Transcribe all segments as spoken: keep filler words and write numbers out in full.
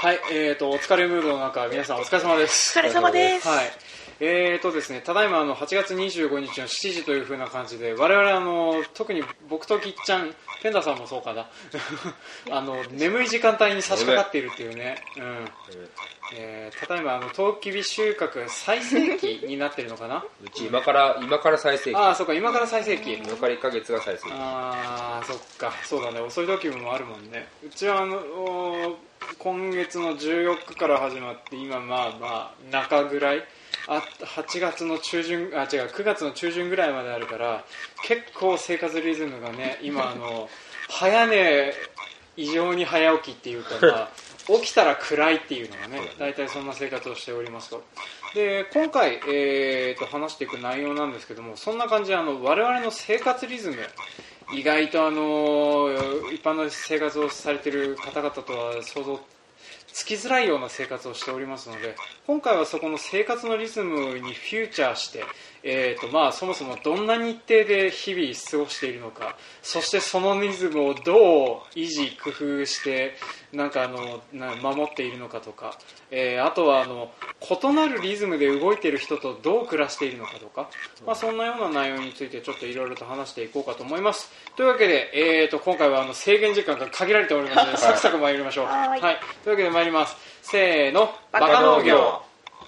はい、えーと、お疲れムードの中、皆さんお疲れ様です。 お疲れ様です。 はい。えーとですね、ただいまあのはちがつにじゅうごにちのしちじという風な感じで、我々あの特に僕とぎっちゃん、ペンダさんもそうかな、あの眠い時間帯に差し掛かっているっていうね、うん。えー、ただいまあのトウキビ収穫最盛期になってるのかな。 うち今から今から最盛期。 ああ、そうか、今から最盛期。 今からいっかげつが最盛期。 ああ、そっか、そうだね、遅い時もあるもんね。うちはあの今月のじゅうよっかから始まって今まあまあ中ぐらい、あはちがつの中旬、あ違うくがつの中旬ぐらいまであるから、結構生活リズムがね今あの早寝異常に早起きっていうか、まあ、起きたら暗いっていうのがね大体そんな生活をしておりますと。で今回、えー、と話していく内容なんですけども、そんな感じであの我々の生活リズム、意外とあの一般の生活をされている方々とは想像つきづらいような生活をしておりますので、今回はそこの生活のリズムにフューチャーして、えーとまあ、そもそもどんな日程で日々過ごしているのか、そしてそのリズムをどう維持工夫してなんかあのな守っているのかとか、えー、あとはあの異なるリズムで動いている人とどう暮らしているのかとか、まあ、そんなような内容についてちょっといろいろと話していこうかと思います。というわけで、えーと今回はあの制限時間が限られておりますのでサクサク参りましょう。はい、はい、というわけで参ります。せーの、バカ農業。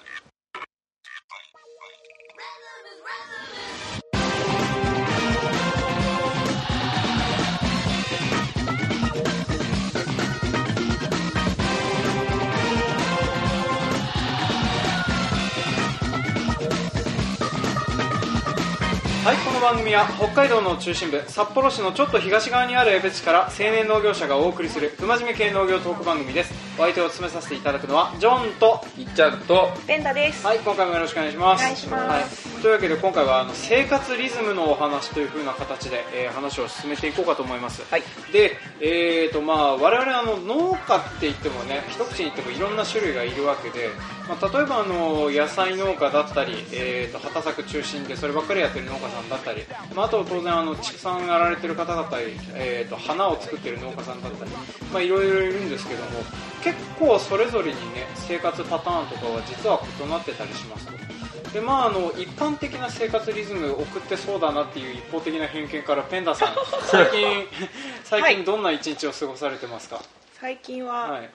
はい、この番組は北海道の中心部札幌市のちょっと東側にある江別市から青年農業者がお送りする不真面目系農業トーク番組です。お相手を務めさせていただくのはジョンといっちゃんとペンダです。 はい、今回もよろしくお願いします。 お願いします。 はい、というわけで今回はあの生活リズムのお話という風な形で、えー、話を進めていこうかと思います。はい、で、えーとまあ、我々あの農家って言ってもね、一口に言ってもいろんな種類がいるわけで、まあ、例えばあの野菜農家だったり、えーと畑作中心でそればっかりやってる農家さんだったり、まあ、あと当然あの畜産やられてる方だったり、えーと花を作ってる農家さんだったり、まあ、いろいろいるんですけども、結構それぞれにね生活パターンとかは実は異なってたりしますと。でまあ、あの一般的な生活リズムを送ってそうだなっていう一方的な偏見から、ペンダさん最近最近どんな一日を過ごされてますか？ 最近は、はい、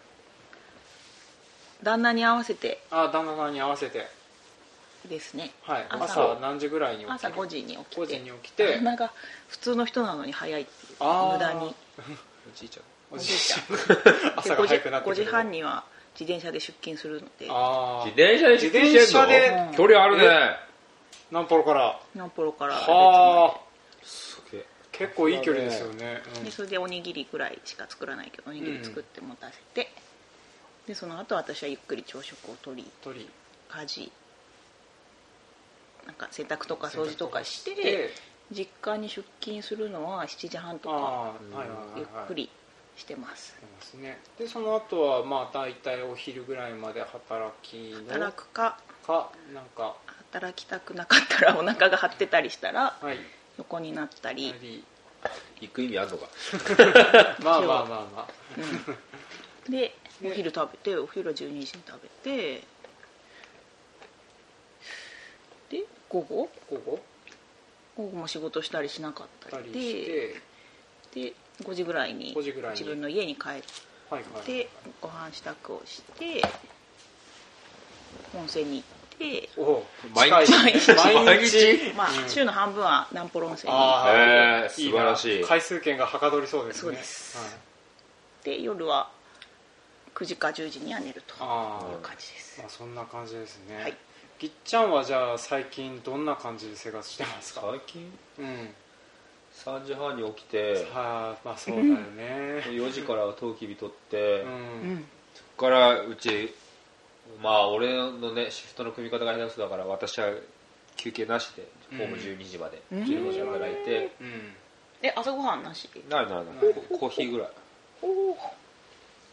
旦那に合わせてあ旦那さんに合わせてですね、 はい、朝, 朝何時ぐらいに起きて？ 朝ごじに起きて、 ごじに起きて、 旦那が普通の人なのに早いっていう、無駄におじいちゃんおじいちゃん朝が早くなってくる。 ごじはんには自転車で出勤するので。 あ自転車で出勤してんの？ で距離あるね。 南ポロから南ポロからはあ、すげえ、結構いい距離ですよね。 うん、でそれでおにぎりくらいしか作らないけどおにぎり作って持たせて、うん、でその後私はゆっくり朝食をとり取り家事なんか洗濯とか掃除とかして、実家に出勤するのはしちじはんとかゆっくりしてます。 でその後はまあ大体お昼ぐらいまで働きの働くかかなんか働きたくなかったらお腹が張ってたりしたら横になったり、はい、 行く意味あるのかまあまあまあまあ、 うん、でお昼食べてお昼はじゅうにじに食べて、で午後午後午後も仕事したりしなかったりで、でごじぐらいに自分の家に帰って、はいはい、ご飯支度をして温泉に行って、 お毎日毎日毎日、 まあ、週の半分は南ポロ温泉に行って、えー、素晴らしい。 回数券がはかどりそうですね。 そうです、はい、で夜はくじかじゅうじには寝るという感じです。 まあ、そんな感じですね。 はい、 ぎっちゃんはじゃあ最近どんな感じで生活してますか？ 最近、 うん、 さんじはんに起きて、 はあ、まあそうだよね、 うん、よじからトウキビ取って、 うん、 そこからうちまあ俺のねシフトの組み方が下手くそだから私は休憩なしでホームじゅうにじまで、うん、じゅうごじ働いて、 うん、え朝ごはんなし？ なるなるなる、コーヒーぐらい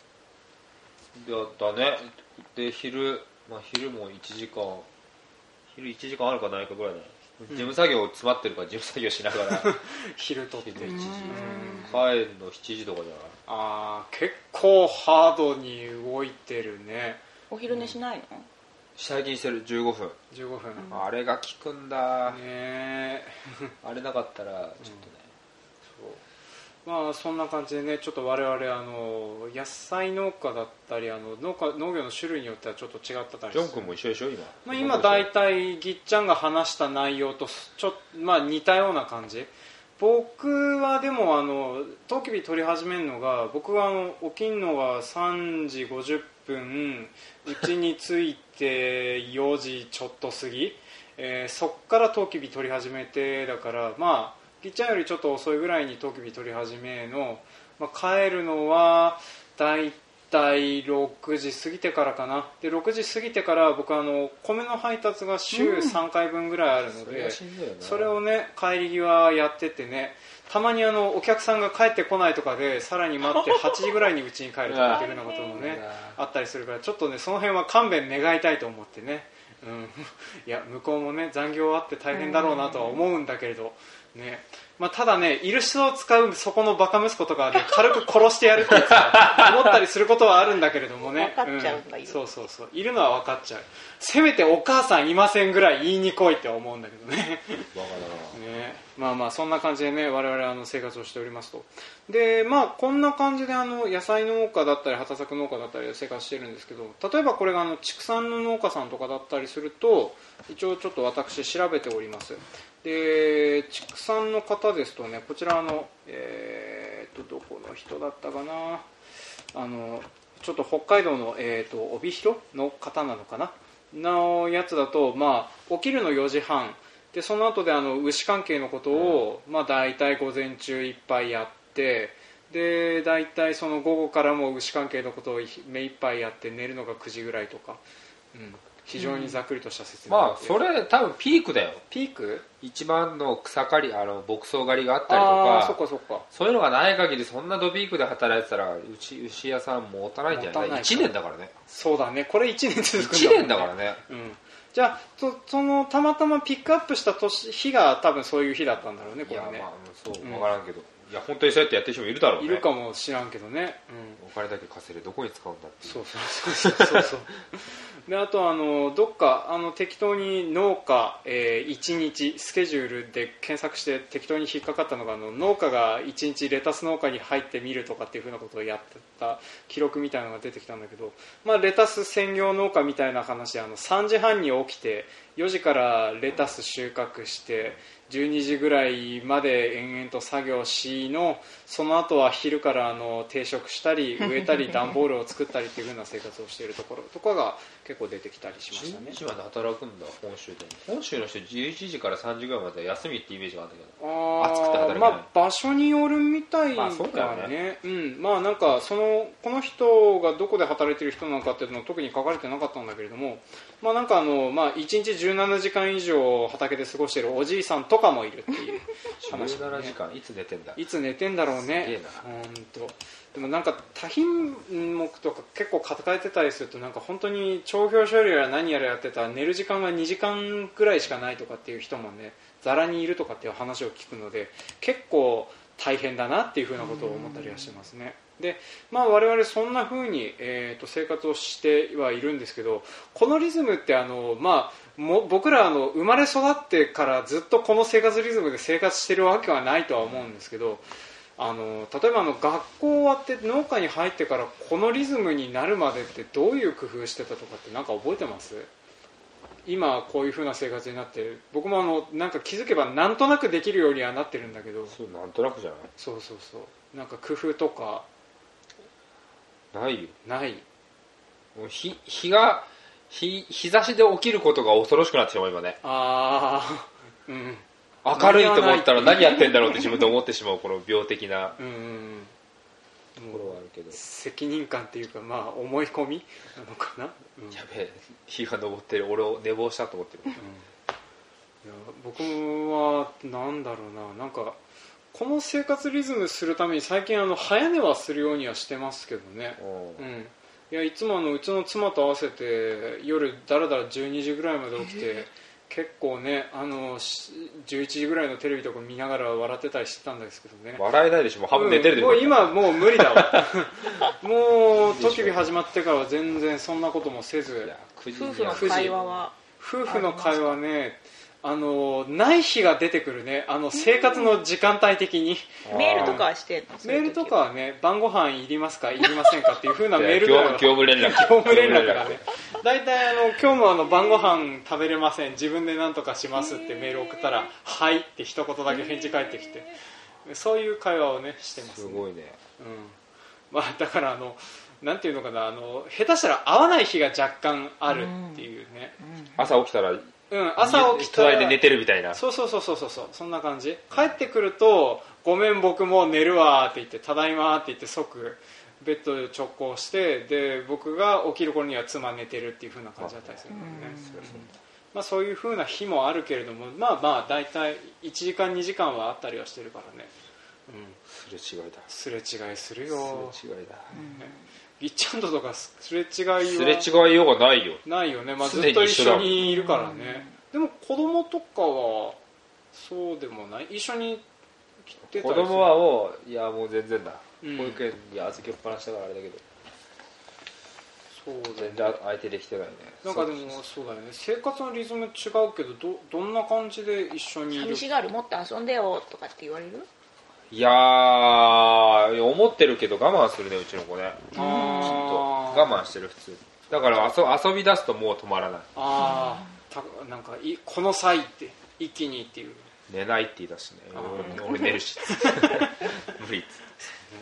だだね。で昼、まあ、昼もいちじかん昼いちじかんあるかないかぐらいだよ、うん、事務作業詰まってるから事務作業しながら昼とっていちじ、うん、 帰るのしちじとかじゃない。 あー結構ハードに動いてるね。 お昼寝しないの？うん、 最近してるじゅうごふんじゅうごふん、 うん、あれが効くんだねあれなかったらちょっとね、 うん、そうまあそんな感じでね、ちょっと我々あの野菜農家だったりあの 農, 家農業の種類によってはちょっと違ったたりジョン君も一緒でしょ今、 まあ、今大体ぎっちゃんが話した内容とちょ、まあ、似たような感じ。僕はでもあのトウキビ取り始めるのが、僕はあの起きるのがさんじごじゅっぷん、うちに着いてよじちょっと過ぎ、えー、そっからトウキビ取り始めて、だからまあぎっちゃんよりちょっと遅いぐらいにトウキビ取り始めの、まあ、帰るのは大体ろくじ過ぎてからかな。でろくじ過ぎてから僕はあの米の配達が週さんかいぶんぐらいあるので、うん、そ, れそれをね帰り際やっててね、たまにあのお客さんが帰ってこないとかでさらに待ってはちじぐらいにうちに帰るとかっていうようなこともねあったりするから、ちょっとねその辺は勘弁願いたいと思ってね、うん、いや向こうもね残業あって大変だろうなとは思うんだけれどね、まあ、ただねいる人を使うそこのバカ息子とかで、ね、軽く殺してやるって思ったりすることはあるんだけれどもね、 分かっちゃうんだ、 うん、そうそうそういるのは分かっちゃう。せめてお母さんいませんぐらい言いに来いって思うんだけどねね、まあまあそんな感じでね我々あの生活をしておりますと。でまあこんな感じであの野菜農家だったり畑作農家だったりで生活してるんですけど、例えばこれがあの畜産の農家さんとかだったりすると一応ちょっと私調べております。で畜産の方ですとね、こちらの、えー、とどこの人だったかな、あのちょっと北海道の、えー、と帯広の方なのかなのやつだと、まあ、起きるのよじはんで、その後であの牛関係のことを、うんまあ、大体午前中いっぱいやって、で大体その午後からも牛関係のことを目いっぱいやって寝るのがくじぐらいとか、うん、非常にざっくりとした説明、 うん、まあそれ多分ピークだよ。 ピーク一番の草刈り、あの牧草刈りがあったりとか、 あそっかそっか、 そういうのがない限りそんなドピークで働いてたら牛、牛屋さん持たないんじゃない。いちねんだからね。 そうだね、これいちねん続くんだもんね。 いちねんだからね、 うん、じゃあ そ, そのたまたまピックアップした年日が多分そういう日だったんだろうね、これね。いやまあそう、うん、分からんけど、いや本当にそうやってやってる人もいるだろうね。 いるかもしらんけどね、 うん、お金だけ稼いでどこに使うんだって。 そうそうそうそうそうであとあのどっかあの適当に農家、えー、いちにちスケジュールで検索して適当に引っかかったのが、あの農家がいちにちレタス農家に入ってみるとかっていうふうなことをやってた記録みたいなのが出てきたんだけど、まあ、レタス専業農家みたいな話で、あのさんじはんに起きてよじからレタス収穫してじゅうにじぐらいまで延々と作業しの、その後は昼からあの定食したり植えたり段ボールを作ったりっていう風な生活をしているところとかが結構出てきたりしましたね。 じゅうにじまで働くんだ本州で。本州の人じゅういちじからさんじぐらいまで休みってイメージがあったけど、 あ暑くて働けない、まあ、場所によるみたいだね。まあそうだよね、うん、まあなんかそのこの人がどこで働いている人なのかっていうのは特に書かれてなかったんだけれども、まあなんかあの、まあ、いちにちじゅうななじかん以上畑で過ごしているおじいさんとかもいるっていう話、ね、 じゅうななじかんいつ寝てんだいつ寝てんだろうね。 すげえな本当。でもなんか多品目とか結構抱えてたりすると、なんか本当に帳票処理や何やらやってたら寝る時間がにじかんくらいしかないとかっていう人もねざらにいるとかっていう話を聞くので、結構大変だなっていうふうなことを思ったりはしてますね。でまあ、我々そんな風に、えー、と生活をしてはいるんですけど、このリズムってあの、まあ、も僕らあの生まれ育ってからずっとこの生活リズムで生活してるわけはないとは思うんですけど、あの例えばあの学校終わって農家に入ってからこのリズムになるまでってどういう工夫してたとかってなんか覚えてます？今こういう風な生活になって、僕もあのなんか気づけばなんとなくできるようにはなってるんだけど。 そうなんとなくじゃない？ そうそうそう、なんか工夫とかないよ。 ない。 もう日日が日日差しで起きることが恐ろしくなってしまう今ね。 ああ、うん。 明るいと思ったら何やってんだろうって自分で思ってしまうこの病的なところはあるけど、 責任感っていうか、まあ思い込みなのかな、 うん、やべえ日が昇ってる、俺を寝坊したと思ってる、うん、いや僕はなんだろうな、なんかこの生活リズムするために最近あの早寝はするようにはしてますけどね、うん、いやいつもあのうちの妻と合わせて夜だらだらじゅうにじぐらいまで起きて結構ねあのじゅういちじぐらいのテレビとか見ながら笑ってたりしてたんですけどね。 笑えないでしょ、もう半分寝てるでしょ、 うん、もう今もう無理だわもうトキビ始まってからは全然そんなこともせず。 夫婦の会話は夫婦の会話ね、あのない日が出てくるね、あの生活の時間帯的に、 うん、メールとかはしてんの？ メールとかはね、晩ご飯いりますかいりませんかっていう風なメール業務、業務連絡業務連絡がね、大体あの今日もあの晩ご飯食べれません、自分で何とかしますってメール送ったらはいって一言だけ返事返ってきて、そういう会話をねしてますね。 すごいね、 うん、まあだからあのなんていうのかな、あの下手したら会わない日が若干あるっていうね、 うんうん、朝起きたらうん、朝起きたら隣で寝てるみたいな。 そうそうそうそうそう、そんな感じ。帰ってくるとごめん僕もう寝るわって言って、ただいまって言って即ベッドで直行して、で僕が起きる頃には妻寝てるっていう風な感じだったりするのでね、まあ、そういう風な日もあるけれども、まあまあ大体いちじかんにじかんはあったりはしてるからね、 うん、すれ違いだ、 すれ違いするよ、 すれ違いだ、 うんね、ギッチャンドとかすれ違いはすれ違いようがないよ、 ないよね、まあ、ずっと一緒にいるからね。でも子供とかはそうでもない、一緒に来てたりする。 子供はもういやもう全然だ、 うん、 保育園に預けっぱなしだからあれだけど、 そうだね、 全然相手できてないね。 なんかでもそうだよね、生活のリズム違うけど ど, どんな感じで一緒にいる？ 寂しがる、もっと遊んでよとかって言われる？ いやー思ってるけど我慢するね、うちの子ね。ちょっと我慢してる普通だから、遊, 遊び出すともう止まらない。 ああ、なんかいこの際って一気にっていう、 寝ないって言い出してね、俺寝るし無理っつって、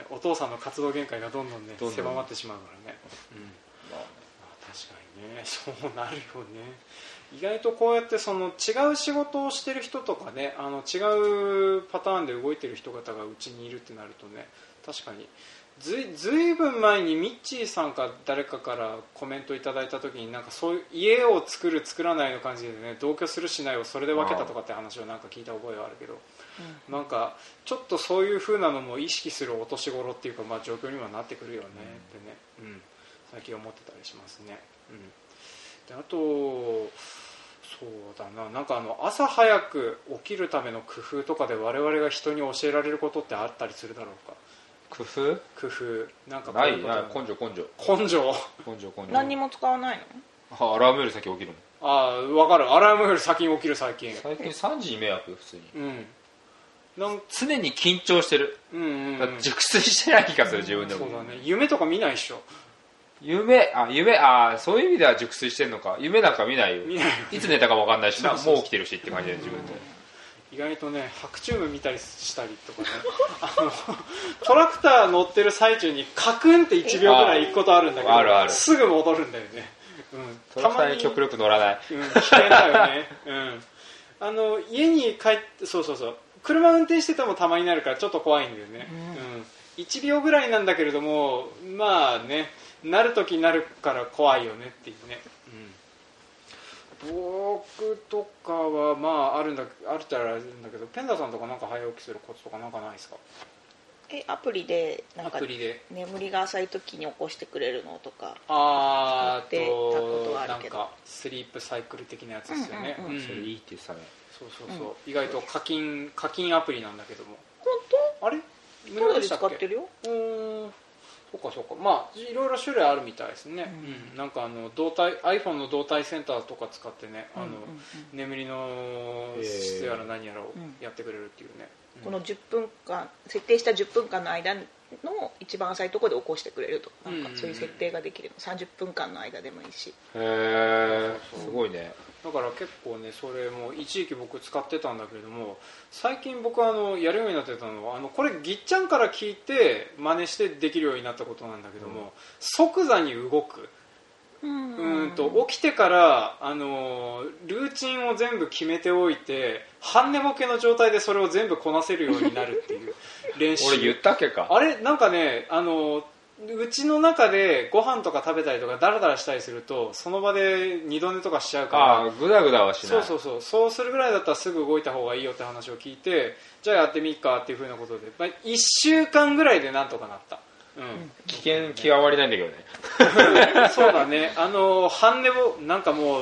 お父さんの活動限界がどんどんね狭まってしまうからね、うん、まあ、まあ、確かにねそうなるよね。意外とこうやってその違う仕事をしてる人とかね、あの違うパターンで動いてる人方がうちにいるってなるとね、確かにずい、ずいぶん前にミッチーさんか誰かからコメントいただいた時に、なんかそういう家を作る作らないの感じでね、同居するしないをそれで分けたとかって話をなんか聞いた覚えはあるけど、うん、なんかちょっとそういう風なのも意識するお年頃っていうか、まあ、状況にはなってくるよねってね、うん、最近思ってたりしますね、うん、であとそうだな、なんかあの朝早く起きるための工夫とかで我々が人に教えられることってあったりするだろうか。 工夫工夫なんかこうないない、根性根性根性根性根性何にも使わないの？あ、アラームより先起きるもん。 ああ、分かる、アラームより先に起きる最近。 最近さんじに目開く普通に、 うん、 なん常に緊張してる、 うんうんうん、 だ熟睡してない気がする、自分でも。 そうだね、夢とか見ないでしょ。 夢、あ、夢、あ、そういう意味では熟睡してんのか。夢なんか見ないよ。 見ないよ、 いつ寝たか分かんないしな、もう起きてるしって感じで自分で。 意外とね、白昼夢見たりしたりとかねあのトラクター乗ってる最中にカクンっていちびょうぐらい行くことあるんだけど、 あるある、 すぐ戻るんだよね、うん、 トラクターに極力乗らない、 うん、危険だよね、うん、あの家に帰って、そうそうそう、車運転しててもたまになるからちょっと怖いんだよね、うんうん、いちびょうぐらいなんだけれども、まあね、なるときになるから怖いよねっていうね、うん、僕とかはまああるんだ、あるっちゃあるんだけど、ペンダさんとかなんか早起きするコツとかなんかないですか？ え、アプリでなんかアプリで眠りが浅い時に起こしてくれるのとかあ使ってたことはあるけど、 なんかスリープサイクル的なやつですよね、 うんうんうん、 それいいって言ってたね。 そうそうそう、うん、意外と課金課金アプリなんだけども。 本当？ あれ無料で使ってるよ。 うーん、そっかそっか、まあいろいろ種類あるみたいですね、うんうん、なんかあの動体 iPhone の動体センターとか使ってね、あの、うんうんうん、眠りの質やら何やらをやってくれるっていうね、 うん、このじゅっぷんかん設定したじゅっぷんかんの間の一番浅いところで起こしてくれるとか、なんかそういう設定ができる、さんじゅっぷんかんの間でもいいし。 へえ、すごいね。 だから結構ね、それも一時期僕使ってたんだけれども、最近僕はあのやるようになってたのは、あのこれぎっちゃんから聞いて真似してできるようになったことなんだけども、うん、即座に動く、うんうんと起きてからあのルーチンを全部決めておいて、半寝ぼけの状態でそれを全部こなせるようになるっていう練習。 俺言ったっけか。 あれなんかね、あのうちの中でご飯とか食べたりとかダラダラしたりすると、その場で二度寝とかしちゃうから、 あ、グダグダはしない。 そうそうそう、そうするぐらいだったらすぐ動いた方がいいよって話を聞いて、じゃあやってみっかっていう風なことで、まあ、いっしゅうかんぐらいでなんとかなった、うん、 危険極まりないんだけどねそうだね、あの半寝ぼなんかもう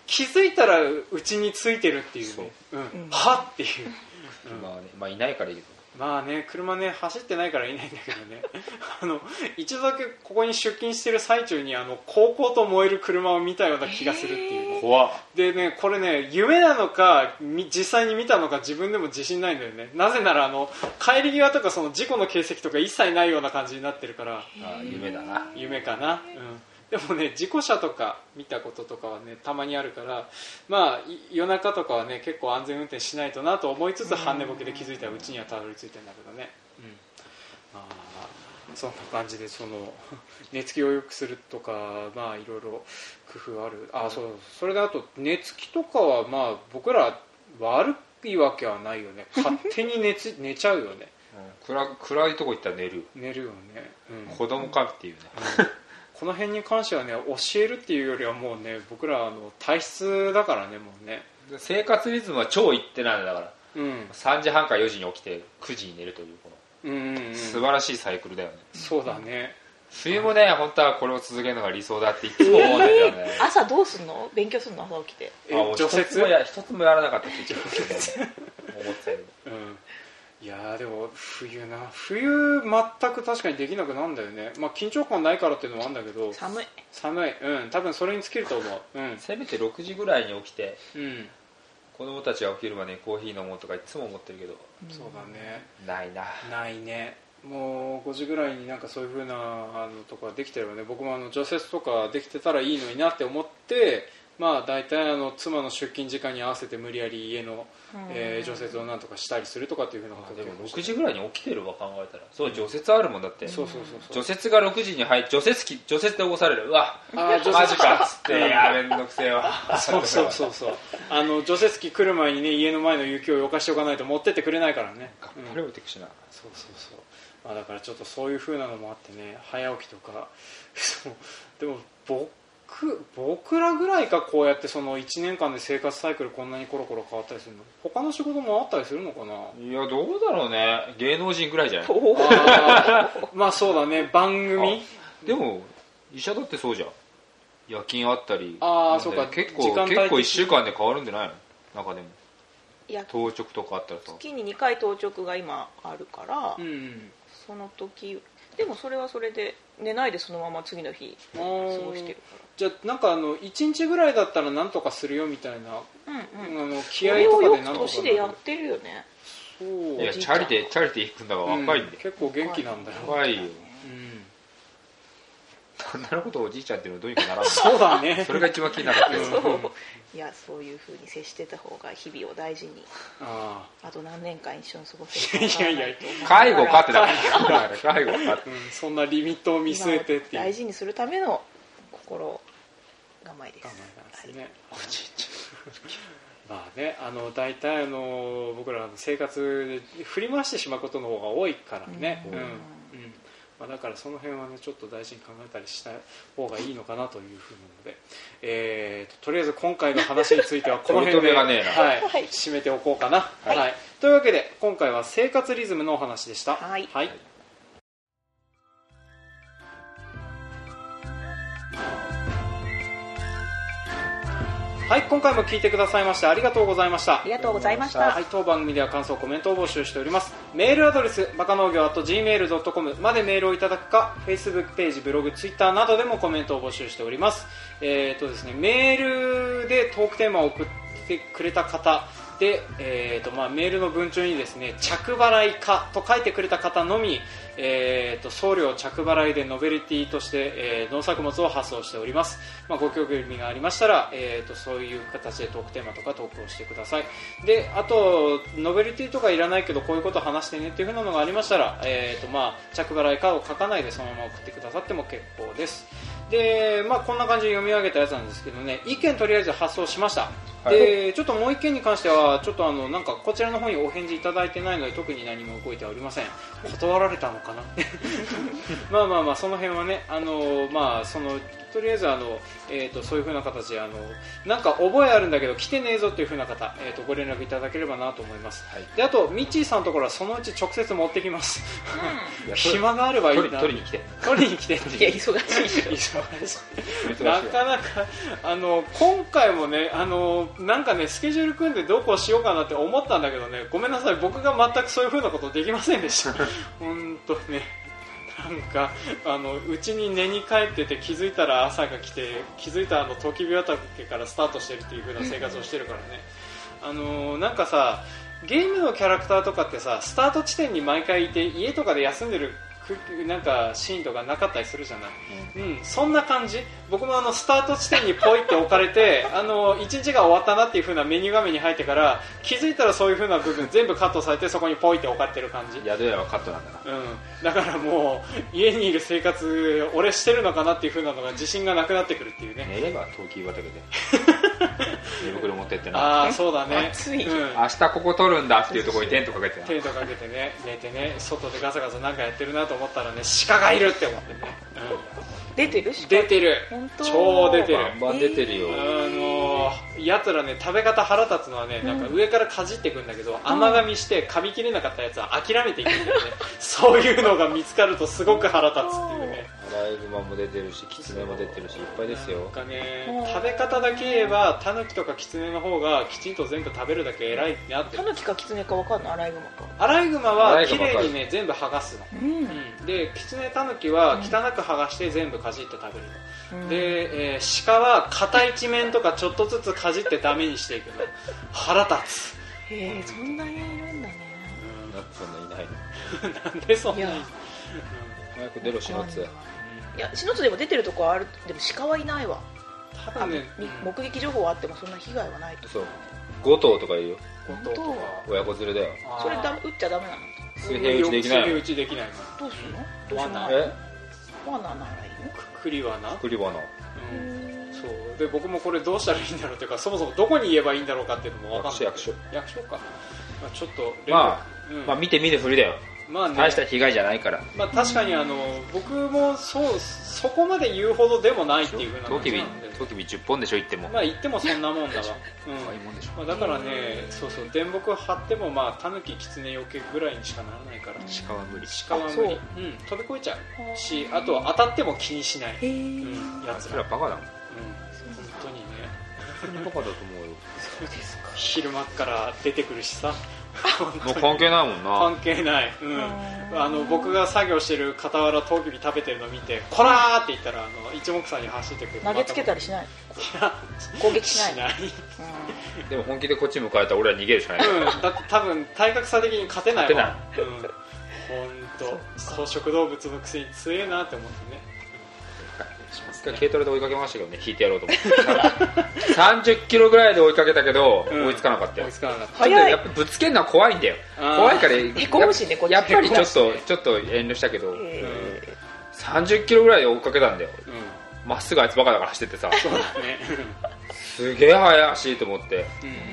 気づいたらうちについてるっていうね、う、うん、はっていう、 うん、まあね、まあいないからいいけど、 まあね、車ね走ってないからいないんだけどねあの一度だけここに出勤してる最中にあの高校と燃える車を見たような気がするっていう、ね、 怖っ。 でね、これね夢なのか実際に見たのか自分でも自信ないんだよね。なぜならあの帰り際とかその事故の形跡とか一切ないような感じになってるから、 あ夢だな、 夢かな、うんでもね、事故車とか見たこととかはねたまにあるから、まあ夜中とかはね結構安全運転しないとなと思いつつ半寝ぼけで気づいたらうちにはたどり着いてるんだけどね、うん、まあそんな感じでその寝つきを良くするとか、まあいろいろ工夫ある。あ、そう、それであと寝つきとかはまあ僕ら悪いわけはないよね。勝手に 寝, つ寝ちゃうよね、 うん、暗, 暗いとこ行ったら寝る寝るよね、うん、 子供かっていうね、 うんこの辺に関してはね教えるっていうよりはもうね僕らあの体質だからね、もうね生活リズムは超一定なんだから、 うん、 さんじはんからよじに起きてくじに寝るというこの、 うんうんうん、 素晴らしいサイクルだよね。 そうだね。 冬もね本当はこれを続けるのが理想だっていつも思うんだけどね、 えー、朝どうすんの？勉強するの？朝起きてあもう一つもや一つもやらなかったって言っちゃう思ってたけど、 うんいやでも冬な冬全く確かにできなくなるんだよね。まあ緊張感ないからっていうのもあるんだけど寒い寒い、うん多分それに尽きると思う、うん、 せめてろくじぐらいに起きて、 うん、 子供たちが起きるまでにコーヒー飲もうとかいつも思ってるけど、 うん、そうだねないなないね。もうごじぐらいになんかそういう風なあのとかできてればね、僕もあの除雪とかできてたらいいのになって思って、まあ大体あの妻の出勤時間に合わせて無理やり家の、えー、除雪をなんとかしたりするとかっていう風なことでもろくじぐらいに起きてるわ考えたらそう除雪あるもんだって、 うん、そうそうそうそう除雪がろくじに入って除雪機除雪で起こされるうわあマジかっつっていやめんどくせえわそうそうそうそうあの除雪機来る前にね家の前の雪をよかしておかないと持ってってくれないからね。 がっぱり置いてくしな、うん、 そうそうそう、まあ、だからちょっとそういう風なのもあってね早起きとかそうでも僕僕らぐらいかこうやってそのいちねんかんで生活サイクルこんなにコロコロ変わったりするの他の仕事もあったりするのかな。 いやどうだろうね芸能人ぐらいじゃないあまあそうだね番組でも医者だってそうじゃん夜勤あったりああそうか結構結構いっしゅうかんで変わるんじゃないの中でもいや当直とかあったらさ月ににかい当直が今あるから、 うん、 その時でもそれはそれで寝ないでそのまま次の日過ごしてるからじゃあなんかあのいちにちぐらいだったらなんとかするよみたいな、 うんうん、 あの気合とかでなんとかなる。それをよく年でやってるよね。 そういやチャリでチャリで行くんだから若いんで、 うん、結構元気なんだよ若いよ、 うん、 そんなことをおじいちゃんっていうのはどうにかならんのそうだねそれが一番気になるってそういやそういう風に接してた方が日々を大事に あ, あと何年間一緒に過ごせるか分からないと思う介護かってだから介護かって、 うん、そんなリミットを見据えてっていう大事にするための心構えです。 構えですね、はい、おじいちゃんまあねあの大体あの僕らの生活で振り回してしまうことの方が多いからね、うんうんうんまあ、だからその辺はねちょっと大事に考えたりした方がいいのかなというふうなので、えー、と, とりあえず今回の話についてはこの辺で、はい、締めておこうかな、はいはい、というわけで今回は生活リズムのお話でした。 はい、 はいはい、今回も聞いてくださいましてありがとうございました。 ありがとうございました。 はい、当番組では感想コメントを募集しております。メールアドレスバカ農業 アットジーメールドットコム までメールをいただくか Facebook ページブログツイッターなどでもコメントを募集しております。えーとですね、メールでトークテーマを送ってくれた方で、えーとまあ、メールの文中にですね着払いかと書いてくれた方のみ、えーと送料着払いでノベルティとして、えー、農作物を発送しております。まあ、ご興味がありましたら、えーとそういう形でトークテーマとか投稿してください。であとノベルティとかいらないけどこういうこと話してねっていう風なのがありましたら、えーとまあ、着払いかを書かないでそのまま送ってくださっても結構です。で、まあ、こんな感じで読み上げたやつなんですけどね、意見とりあえず発送しました。はい、でちょっともう一件に関してはちょっとあのなんかこちらの方にお返事いただいてないので特に何も動いてはおりません。断られたのかなまあまあまあその辺はねあのまあそのとりあえずあの、えー、とそういう風な形であのなんか覚えあるんだけど来てねえぞという風な方、えー、とご連絡いただければなと思います。はい、であとミッチーさんのところはそのうち直接持ってきます、うん、暇があればいいな取りに来て取りに来てっていや忙しいでしょなかなかあの今回もねあのなんかねスケジュール組んでどうこうしようかなって思ったんだけどね、ごめんなさい、僕が全くそういう風なことできませんでした本当ね、なんかあのうちに寝に帰ってて気づいたら朝が来て、気づいたらあのトキビ畑からスタートしてるっていう風な生活をしてるからねあのなんかさゲームのキャラクターとかってさスタート地点に毎回いて家とかで休んでるなんかシーンとかなかったりするじゃない、うんうん、そんな感じ。僕もあのスタート地点にポイって置かれてあのいちにちが終わったなっていう風なメニュー画面に入ってから気づいたらそういう風な部分全部カットされてそこにポイって置かれてる感じ。 宿屋はカットなんだな、 うん、だからもう家にいる生活俺してるのかなっていう風なのが自信がなくなってくるっていうね。 寝れば陶器畑で寝袋持ってってな。 ああそうだね、 暑い、 うん、 明日ここ撮るんだっていうところにテントかけてな、 テントかけてね寝てね外でガサガサなんかやってるなと思ったらね鹿がいるって思ってね、 うん、出てる出てる超出てるバンバン出てるよ、 えー、あのやつらね食べ方腹立つのはね、なんか上からかじっていくんだけど、うん、甘噛みして噛み切れなかったやつは諦めていくんだよねそういうのが見つかるとすごく腹立つっていうね。 アライグマも出てるしキツネも出てるしいっぱいですよ。 なんかね食べ方だけ言えばタヌキとかキツネの方がきちんと全部食べるだけ偉いってなってる。 タヌキかキツネか分かんない。アライグマか。 アライグマは綺麗にね全部剥がすの、 うんうん、 でキツネタヌキは汚く剥がして全部かじって食べるの、うん、で、えー、鹿は硬い一面とかちょっとずつかじってダメにしていくの腹立つ。 へえそんなにいるんだね、 うん、なんでそんないないのなんでそんなに、うん、 早く出ろシノツ。 いやシノツでも出てるとこはある。でも鹿はいないわ多分ね、 目撃情報はあってもそんな被害はないと。 そうご頭とかいるよ。 ご頭とか親子連れだよ。 それだ打っちゃダメなの。 水平打ちできないの。 水平打ちできないの。 どうするの。どうするの。 え罠ならいいの。 くくり罠。 くくり罠、 うん、そうで僕もこれどうしたらいいんだろうっていうかそもそもどこに言えばいいんだろうかっていうのも分かんない。 役所役所か、まあ、ちょっとまあ、 うん、 まあ見て見ぬふりだよ。まあね、大した被害じゃないから、 まあ、確かにあの僕もそうそこまで言うほどでもないっていう風なトキビトキビじゅっぽんでしょ言っても。 まあ言ってもそんなもんだわ、うんまあいいもんでしょ、 まあ、だからねそうそう電木張ってもまあタヌキキツネよけぐらいにしかならないから。 鹿は無理。 鹿は無理、うん、飛び越えちゃうし、あと当たっても気にしない、うん、やつらバカだもん、うん、 本当にね本当にバカだと思うよ。 そうですか。 昼間から出てくるしさもう関係ないもんな。 関係ない、うん、あの僕が作業してる傍らトウキビ食べてるのを見てこらーって言ったらあの一目散に走ってくる。 投げつけたりしない。攻撃しない。 しない、 うん、でも本気でこっち向かれたら俺は逃げるしかない、 うん、だって多分体格差的に勝てないわ。勝てない、うん、本当草食動物のくせに強えなって思ってね。 軽トラで追いかけましたけどね、引いてやろうと思ってさんじゅっキロぐらいで追いかけたけど、うん、追いつかなかったよ。追いつかなかった。ちょっとやっぱぶつけるのは怖いんだよ。怖いからや, やっぱりちょっとちょっと遠慮したけど、うん、さんじゅっキロぐらいで追いかけたんだよ。ま、うん、っすぐあいつバカだから走っててさそうだ、ね、すげえ速いしと思って、うん、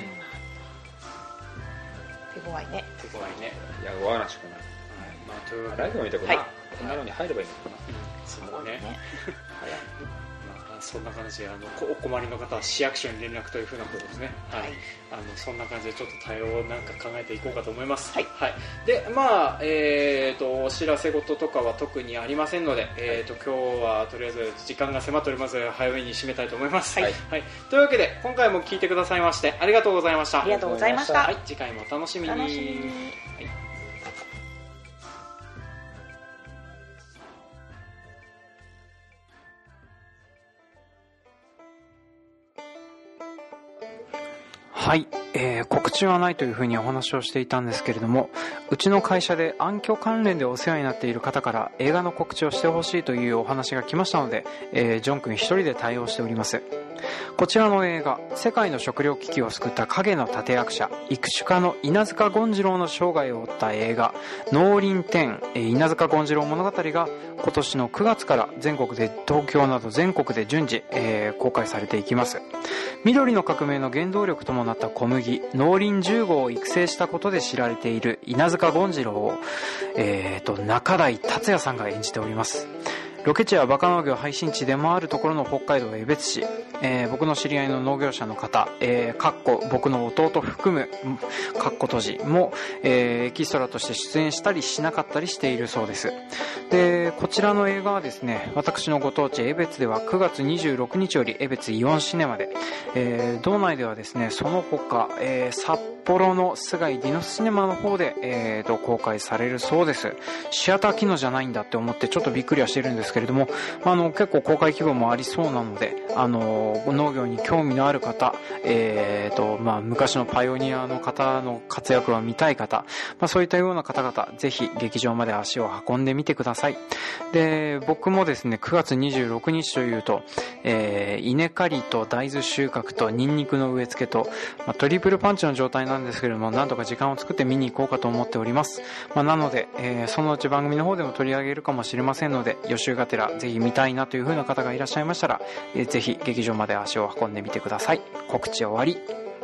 手強いね。 手強いね。 いや怖いなしかない、まあ、というわけでライブ見たくな、はい、こんなのに入ればいいのかな、 うん、そうねまあ、そんな感じであのお困りの方は市役所に連絡というふうなことですね、はいはい、あのそんな感じでちょっと対応をなんか考えていこうかと思います、はいはい、でまあ、えー、とお知らせ事とかは特にありませんので、えー、と今日はとりあえず時間が迫っておりますので早めに締めたいと思います、はいはい、というわけで今回も聞いてくださいましてありがとうございました。 ありがとうございました、 はい、次回もお楽しみに。楽しみに、はい。はい、えー、告知はないというふうにお話をしていたんですけれども、うちの会社で暗渠関連でお世話になっている方から映画の告知をしてほしいというお話が来ましたので、えー、ジョン君一人で対応しております。こちらの映画、世界の食糧危機を救った影の立役者育種家の稲塚権次郎の生涯を追った映画農林天稲塚権次郎物語が今年のくがつから全国で東京など全国で順次、えー、公開されていきます。緑の革命の原動力ともなった小麦農林じゅうごを育成したことで知られている稲塚権次郎を、えー、と中台達也さんが演じております。 ロケ地はバカ農業配信地でもあるところの北海道江別市、えー、僕の知り合いの農業者の方、えー、かっこ僕の弟含むかっこ閉じも、えー、エキストラとして出演したりしなかったりしているそうです。でこちらの映画はですね、私のご当地江別ではくがつにじゅうろくにちより江別イオンシネマで、えー、道内ではですねその他、えー、札幌の菅井ディノスシネマの方で、えー、と公開されるそうです。シアター機能じゃないんだって思ってちょっとびっくりはしてるんですけれども、あの結構公開規模もありそうなので、あの農業に興味のある方、えーとまあ、昔のパイオニアの方の活躍を見たい方、まあ、そういったような方々ぜひ劇場まで足を運んでみてください。で僕もですねくがつにじゅうろくにちというと、えー、稲刈りと大豆収穫とニンニクの植え付けと、まあ、トリプルパンチの状態なんですけれども、なんとか時間を作って見に行こうかと思っております。まあ、なので、えー、そのうち番組の方でも取り上げるかもしれませんので、予習がてらぜひ見たいなという風な方がいらっしゃいましたら、えー、ぜひ劇場まで足を運んでみてください。告知終わり。